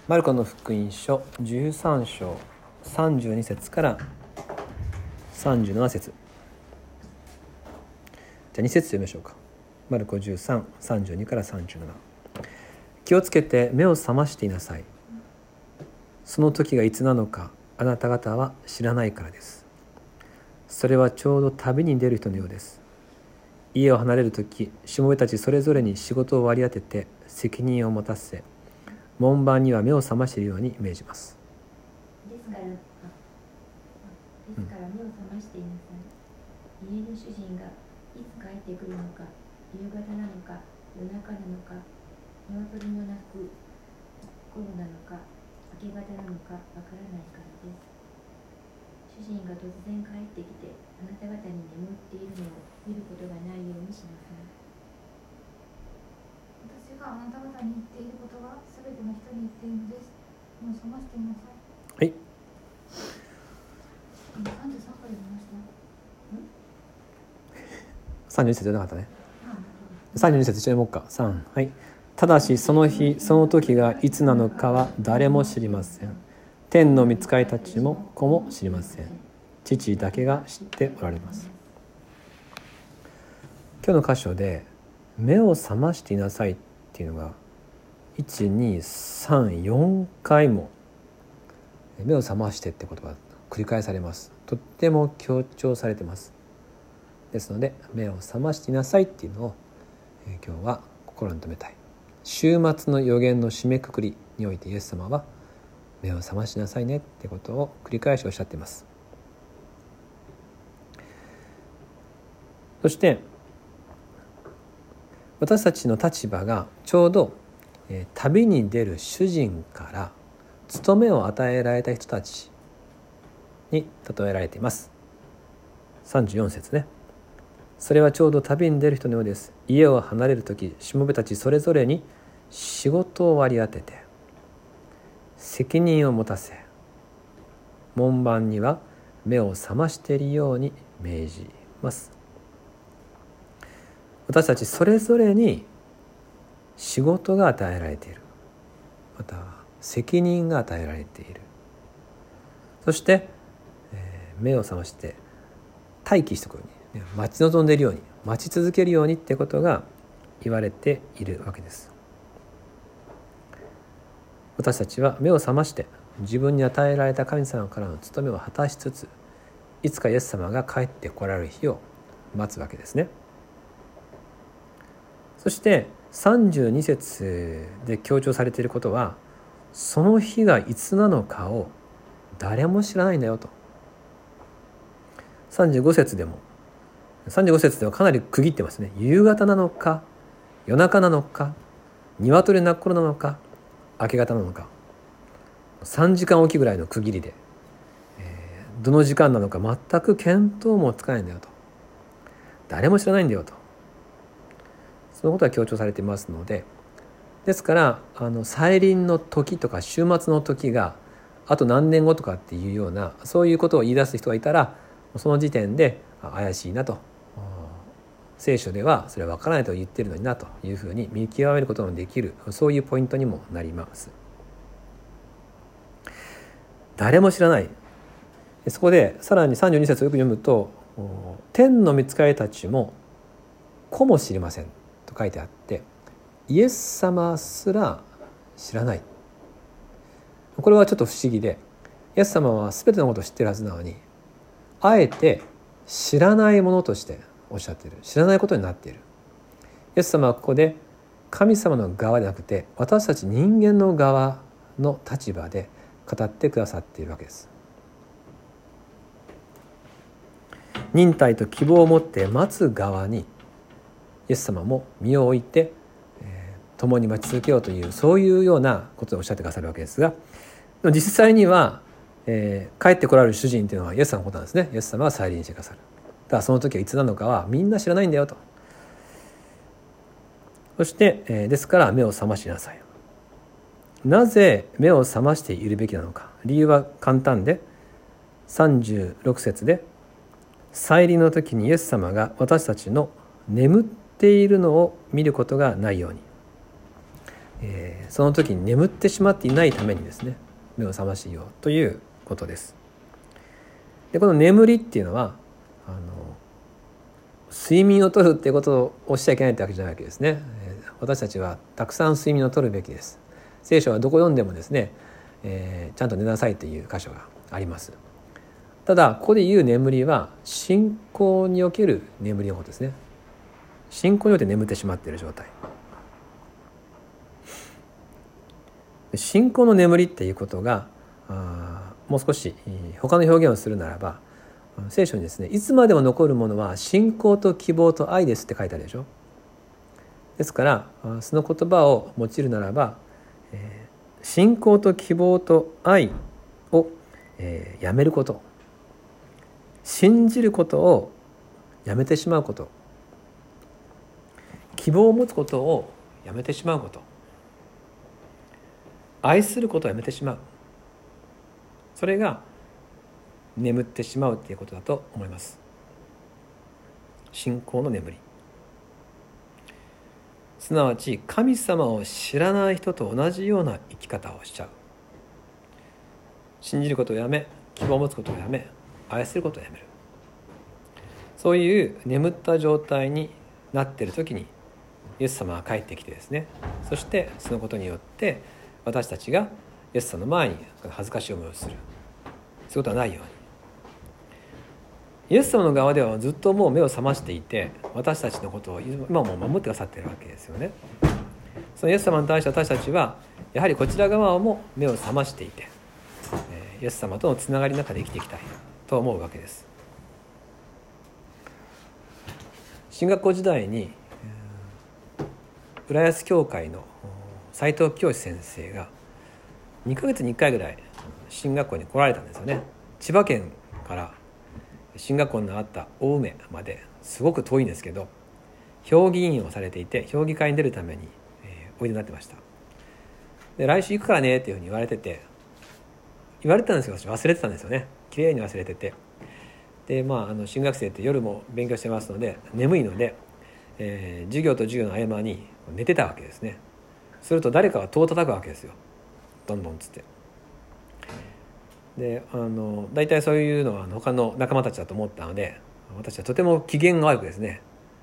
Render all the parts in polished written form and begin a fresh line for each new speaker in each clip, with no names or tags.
マルコの福音書13章32節から37節。じゃあ2節読みましょうか。マルコ13、32から37。気をつけて目を覚ましていなさい。その時がいつなのかあなた方は知らないからです。それはちょうど旅に出る人のようです。家を離れる時、しもべたちそれぞれに仕事を割り当てて責任を持たせ、門番には目を覚ましているように命じます。
ですから目を覚ましていなさい。家の主人がいつ帰ってくるのか、夕方なのか夜中なのか、鶏の鳴く頃なのか明け方なのかわからないからです。主人が突然帰ってきてあなた方に眠っているのを見ることがないようにしなさい。
私があなた方に言っていることはすべての人に言っているのです。もう覚ましていなさい。
はい。
33から読みました。
32節じゃなかったね。32節一緒に読もうか。3、はい。ただしその日その時がいつなのかは誰も知りません。天の御使いたちも子も知りません。父だけが知っておられます。今日の箇所で目を覚ましていなさいっていうのが1、2、3、4回も目を覚ましてって言葉が繰り返されます。とっても強調されてます。ですので目を覚ましていなさいっていうのを今日は心に留めたい。週末の予言の締めくくりにおいてイエス様は目を覚ましなさいねってことを繰り返しおっしゃっています。そして私たちの立場がちょうど旅に出る主人から務めを与えられた人たちに例えられています。34節ね。それはちょうど旅に出る人のようです。家を離れるとき、しもべたちそれぞれに仕事を割り当てて責任を持たせ、門番には目を覚ましているように命じます。私たちそれぞれに仕事が与えられている。また責任が与えられている。そして、目を覚まして待機しておくように、待ち望んでいるように、待ち続けるようにってことが言われているわけです。私たちは目を覚まして自分に与えられた神様からの務めを果たしつつ、いつかイエス様が帰って来られる日を待つわけですね。そして32節で強調されていることは、その日がいつなのかを誰も知らないんだよと。35節ではかなり区切ってますね。夕方なのか夜中なのか鶏の鳴く頃なのか明け方なのか、3時間おきぐらいの区切りで、どの時間なのか全く見当もつかないんだよと。誰も知らないんだよと。そのことが強調されていますので、ですから再臨の時とか終末の時があと何年後とかっていうような、そういうことを言い出す人がいたら、その時点で怪しいなと、聖書ではそれは分からないと言ってるのになというふうに見極めることのできる、そういうポイントにもなります。誰も知らない。そこでさらに32節をよく読むと、天の御使いたちも子も知りませんと書いてあって、イエス様すら知らない。これはちょっと不思議で、イエス様は全てのことを知っているはずなのに、あえて知らないものとしておっしゃっている。知らないことになっている。イエス様はここで神様の側ではなくて、私たち人間の側の立場で語ってくださっているわけです。忍耐と希望を持って待つ側にイエス様も身を置いて、共に待ち続けようという、そういうようなことをおっしゃってくださるわけですが、実際には、帰って来られる主人というのはイエス様のことなんですね。イエス様は再臨してくださる。だからその時はいつなのかはみんな知らないんだよと。そして、ですから目を覚ましなさい。なぜ目を覚ましているべきなのか。理由は簡単で、36節で再臨の時にイエス様が私たちの眠っているのを見ることがないように、 その時に眠ってしまっていないためにですね、目を覚ましようということです。でこの眠りっていうのは睡眠をとるっていうことをしちゃいけないってわけじゃないわけですね。私たちはたくさん睡眠をとるべきです。聖書はどこ読んでもですね、ちゃんと寝なさいという箇所があります。ただここで言う眠りは信仰における眠りのことですね。信仰によって眠ってしまっている状態。信仰の眠りっていうことがもう少し他の表現をするならば、聖書にですね、いつまでも残るものは信仰と希望と愛ですって書いてあるでしょ。ですからその言葉を用いるならば、信仰と希望と愛を、やめること、信じることをやめてしまうこと、希望を持つことをやめてしまうこと、愛することをやめてしまう、それが眠ってしまうということだと思います。信仰の眠り、すなわち神様を知らない人と同じような生き方をしちゃう。信じることをやめ、希望を持つことをやめ、愛することをやめる、そういう眠った状態になっている時にイエス様が帰ってきてですね、そしてそのことによって私たちがイエス様の前に恥ずかしい思いをする、そういうことはないように、イエス様の側ではずっともう目を覚ましていて、私たちのことを今も守ってくださっているわけですよね。そのイエス様に対して私たちはやはりこちら側も目を覚ましていて、イエス様とのつながりの中で生きていきたいと思うわけです。進学校時代に浦安教会の斉藤清先生が2ヶ月に1回ぐらい進学校に来られたんですよね。千葉県から進学校のあった青梅まですごく遠いんですけど、評議員をされていて、評議会に出るために、おいでになってました。で来週行くからねっていうふうに言われてたんですけど、私忘れてたんですよね。きれいに忘れてて、で進学生って夜も勉強してますので眠いので、授業と授業の合間に寝てたわけですね。すると誰かが戸を叩くわけですよ、どんどんっつって。で大体そういうのは他の仲間たちだと思ったので、私はとても機嫌が悪くですね、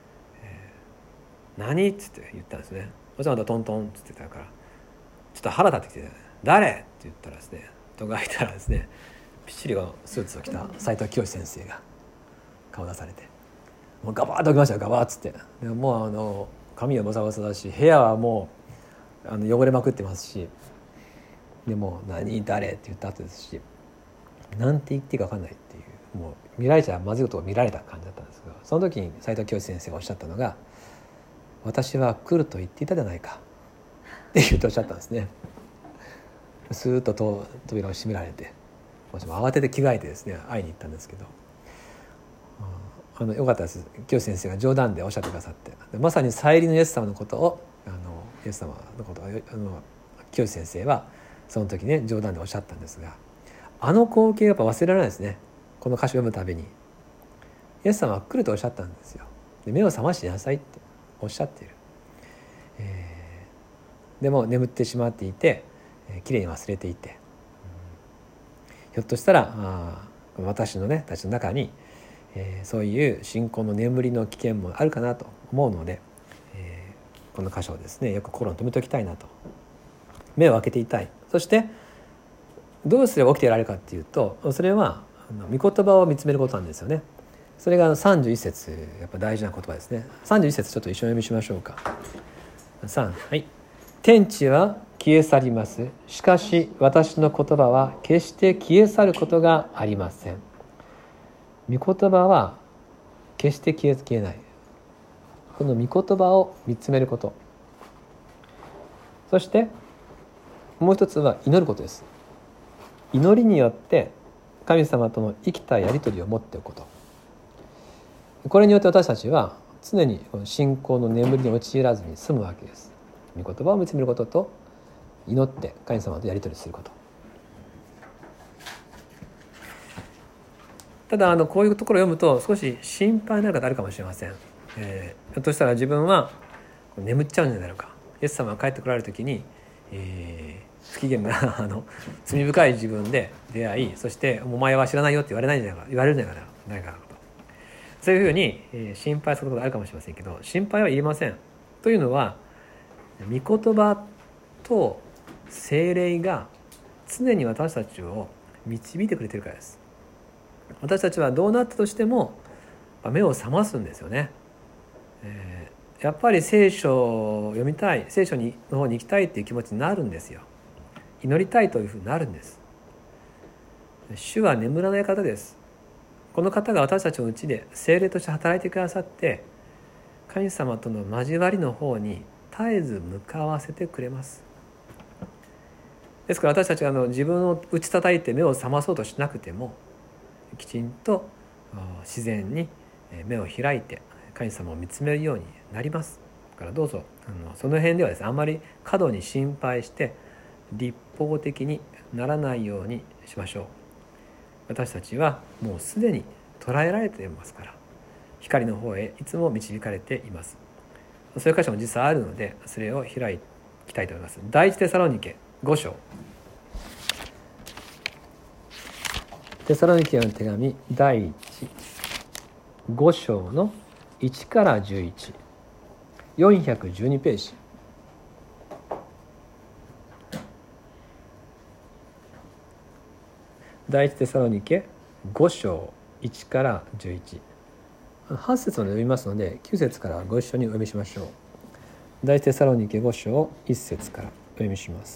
何っつって言ったんですね。そしたらまたトントンっつってたから、ちょっと腹立ってきて、誰って言ったらですね、戸が開いたらですね、ぴっしりスーツを着た斉藤清先生が顔出されて、もうガバーッと起きましたよ、ガバーッつって。でもう髪はボサボサだし、部屋はもう汚れまくってますし、でも何誰って言った後ですし、なんて言っていいか分かんないっていう、もう見られちゃまずいことを見られた感じだったんですけど、その時に斉藤清先生がおっしゃったのが、私は来ると言っていたじゃないかって言っておっしゃったんですね。スーッと扉を閉められて、私も慌てて着替えてですね会いに行ったんですけど、よかったです。清先生が冗談でおっしゃってくださって、まさに再臨のイエス様のことをイエス様のことを清先生はその時ね冗談でおっしゃったんですが、光景がやっぱ忘れられないですね。この歌詞を読むたびにイエス様は来るとおっしゃったんですよ。で目を覚ましなさいっておっしゃっている、でも眠ってしまっていて、きれいに忘れていて、ひょっとしたら私のねたちの中に、そういう信仰の眠りの危険もあるかなと思うので、この箇所をですねよく心に留めておきたいなと、目を開けていたい。そしてどうすれば起きていられるかっていうと、それは御言葉を見つめることなんですよね。それが31節、やっぱ大事な言葉ですね。31節ちょっと一緒に読みしましょうか。3、はい。天地は消え去ります。しかし私の言葉は決して消え去ることがありません。御言葉は決して消えない。この御言葉を見つめること。そしてもう一つは祈ることです。祈りによって神様との生きたやり取りを持っておくこと。これによって私たちは常に信仰の眠りに陥らずに済むわけです。御言葉を見つめることと祈って神様とやり取りすること。ただこういうところを読むと少し心配になる方あるかもしれません。ひょっとしたら自分は眠っちゃうんじゃないのか、イエス様が帰ってこられる時に不機嫌な罪深い自分で出会い、そしてお前は知らないよって言われるんじゃないかなと、そういうふうに心配することがあるかもしれませんけど、心配はいりません。というのは、御言葉と聖霊が常に私たちを導いてくれているからです。私たちはどうなったとしても目を覚ますんですよね。やっぱり聖書を読みたい、聖書の方に行きたいっていう気持ちになるんですよ。祈りたいというふうになるんです。主は眠らない方です。この方が私たちのうちで聖霊として働いてくださって、神様との交わりの方に絶えず向かわせてくれます。ですから私たちが自分を打ち叩いて目を覚まそうとしなくても、きちんと自然に目を開いて神様を見つめるようになります。だからどうぞその辺ではですね、あんまり過度に心配して立法的にならないようにしましょう。私たちはもうすでに捉えられていますから、光の方へいつも導かれています。そういう箇所も実際あるので、それを開きたいと思います。第一テサロニケ5章、テサロニケの手紙第5章の1から11、412ページ。第一テサロニケ5章1から11、8節まで読みますので、9節からご一緒にお読みしましょう。第一テサロニケ5章1節からお読みします。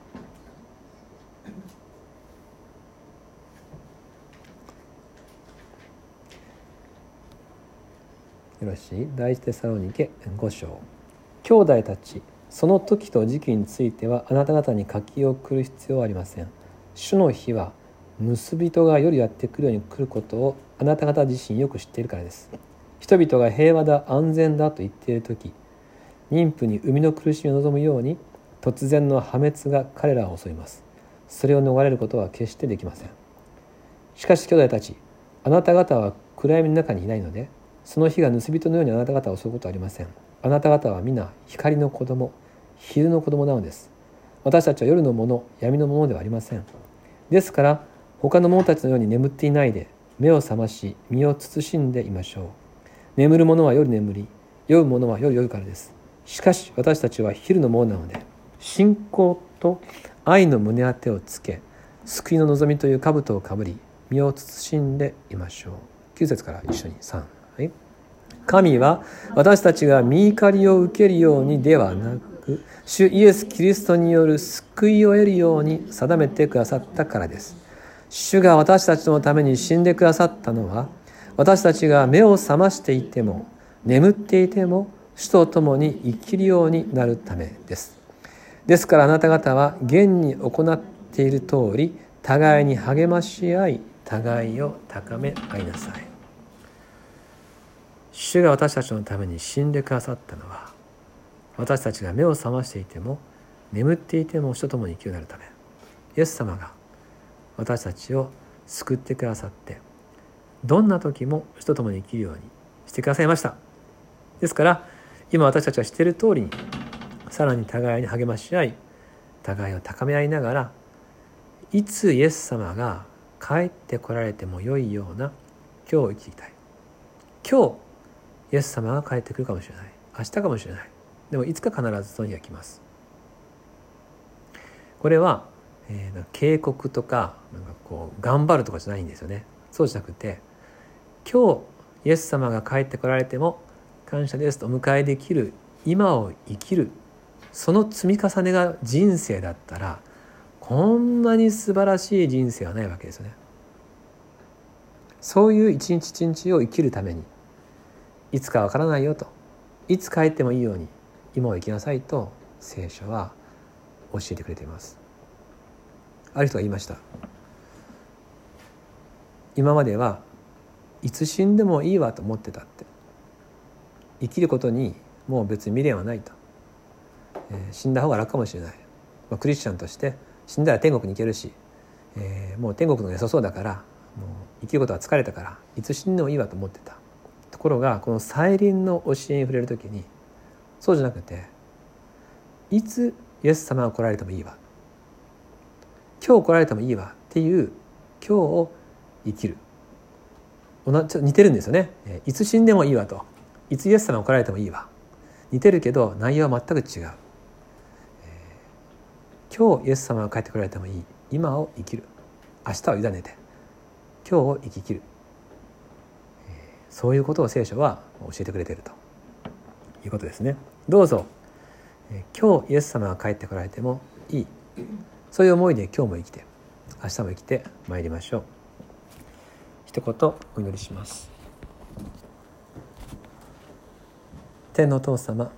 よろしい。第一テサロニケ5章。兄弟たち、その時と時期についてはあなた方に書き送る必要はありません。主の日は盗人が夜やってくるように来ることをあなた方自身よく知っているからです。人々が平和だ安全だと言っている時、妊婦に生みの苦しみを望むように突然の破滅が彼らを襲います。それを逃れることは決してできません。しかし兄弟たち、あなた方は暗闇の中にいないので、その日が盗人のようにあなた方を襲うことはありません。あなた方は皆光の子供、昼の子供なのです。私たちは夜のもの、闇のものではありません。ですから他の者たちのように眠っていないで、目を覚まし身を慎んでいましょう。眠る者は夜眠り、酔う者は夜酔うからです。しかし私たちは昼のものなので、信仰と愛の胸当てをつけ、救いの望みという兜をかぶり、身を慎んでいましょう。9節から一緒に3、はい、神は私たちが御怒りを受けるようにではなく、主イエス・キリストによる救いを得るように定めてくださったからです。主が私たちのために死んでくださったのは、私たちが目を覚ましていても眠っていても主と共に生きるようになるためです。ですからあなた方は現に行っている通り、互いに励まし合い、互いを高め合いなさい。主が私たちのために死んでくださったのは、私たちが目を覚ましていても眠っていても主と共に生きるようになるため、イエス様が私たちを救ってくださって、どんな時も主と共に生きるようにしてくださいました。ですから今私たちが知っている通りに、さらに互いに励まし合い、互いを高め合いながら、いつイエス様が帰ってこられても良いような今日を生きていきたい。今日イエス様が帰ってくるかもしれない、明日かもしれない、でもいつか必ずその日が来ます。これは、警告とか、頑張るとかじゃないんですよね。そうじゃなくて、今日イエス様が帰ってこられても感謝ですとお迎えできる今を生きる、その積み重ねが人生だったら、こんなに素晴らしい人生はないわけですよね。そういう一日一日を生きるために、いつかわからないよと、いつ帰ってもいいように今を生きなさいと聖書は教えてくれています。ある人が言いました。今まではいつ死んでもいいわと思ってたって。生きることにもう別に未練はないと、死んだ方が楽かもしれない、クリスチャンとして死んだら天国に行けるし、もう天国の良さそうだから、もう生きることは疲れたからいつ死んでもいいわと思ってた。ところがこの再臨の教えに触れるときに、そうじゃなくて、いつイエス様が来られてもいいわ、今日来られてもいいわっていう今日を生きる。ちょっと似てるんですよね。いつ死んでもいいわと、いつイエス様が来られてもいいわ、似てるけど内容は全く違う。今日イエス様が帰ってこられてもいい、今を生きる、明日を委ねて今日を生き切る、そういうことを聖書は教えてくれているということですね。どうぞ、今日イエス様が帰ってこられてもいい、そういう思いで今日も生きて明日も生きてまいりましょう。一言お祈りします。天のお父様、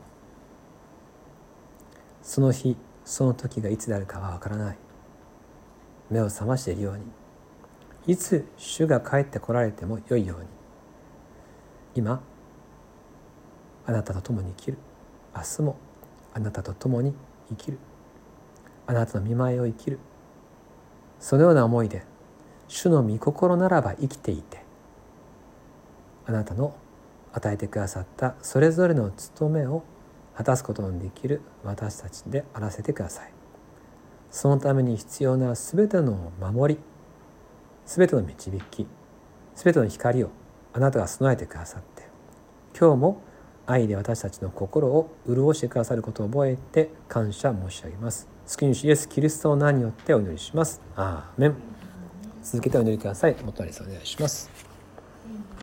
その日その時がいつであるかはわからない。目を覚ましているように、いつ主が帰ってこられてもよいように、今あなたと共に生きる、明日もあなたと共に生きる、あなたの御前を生きる、そのような思いで主の御心ならば生きていて、あなたの与えてくださったそれぞれの務めを果たすことのできる私たちであらせてください。そのために必要なすべての守り、すべての導き、すべての光をあなたが備えてくださって、今日も愛で私たちの心を潤してくださることを覚えて感謝申し上げます。救い主イエスキリストの名によってお祈りします。アーメン。続けてお祈りください。元にお願いします。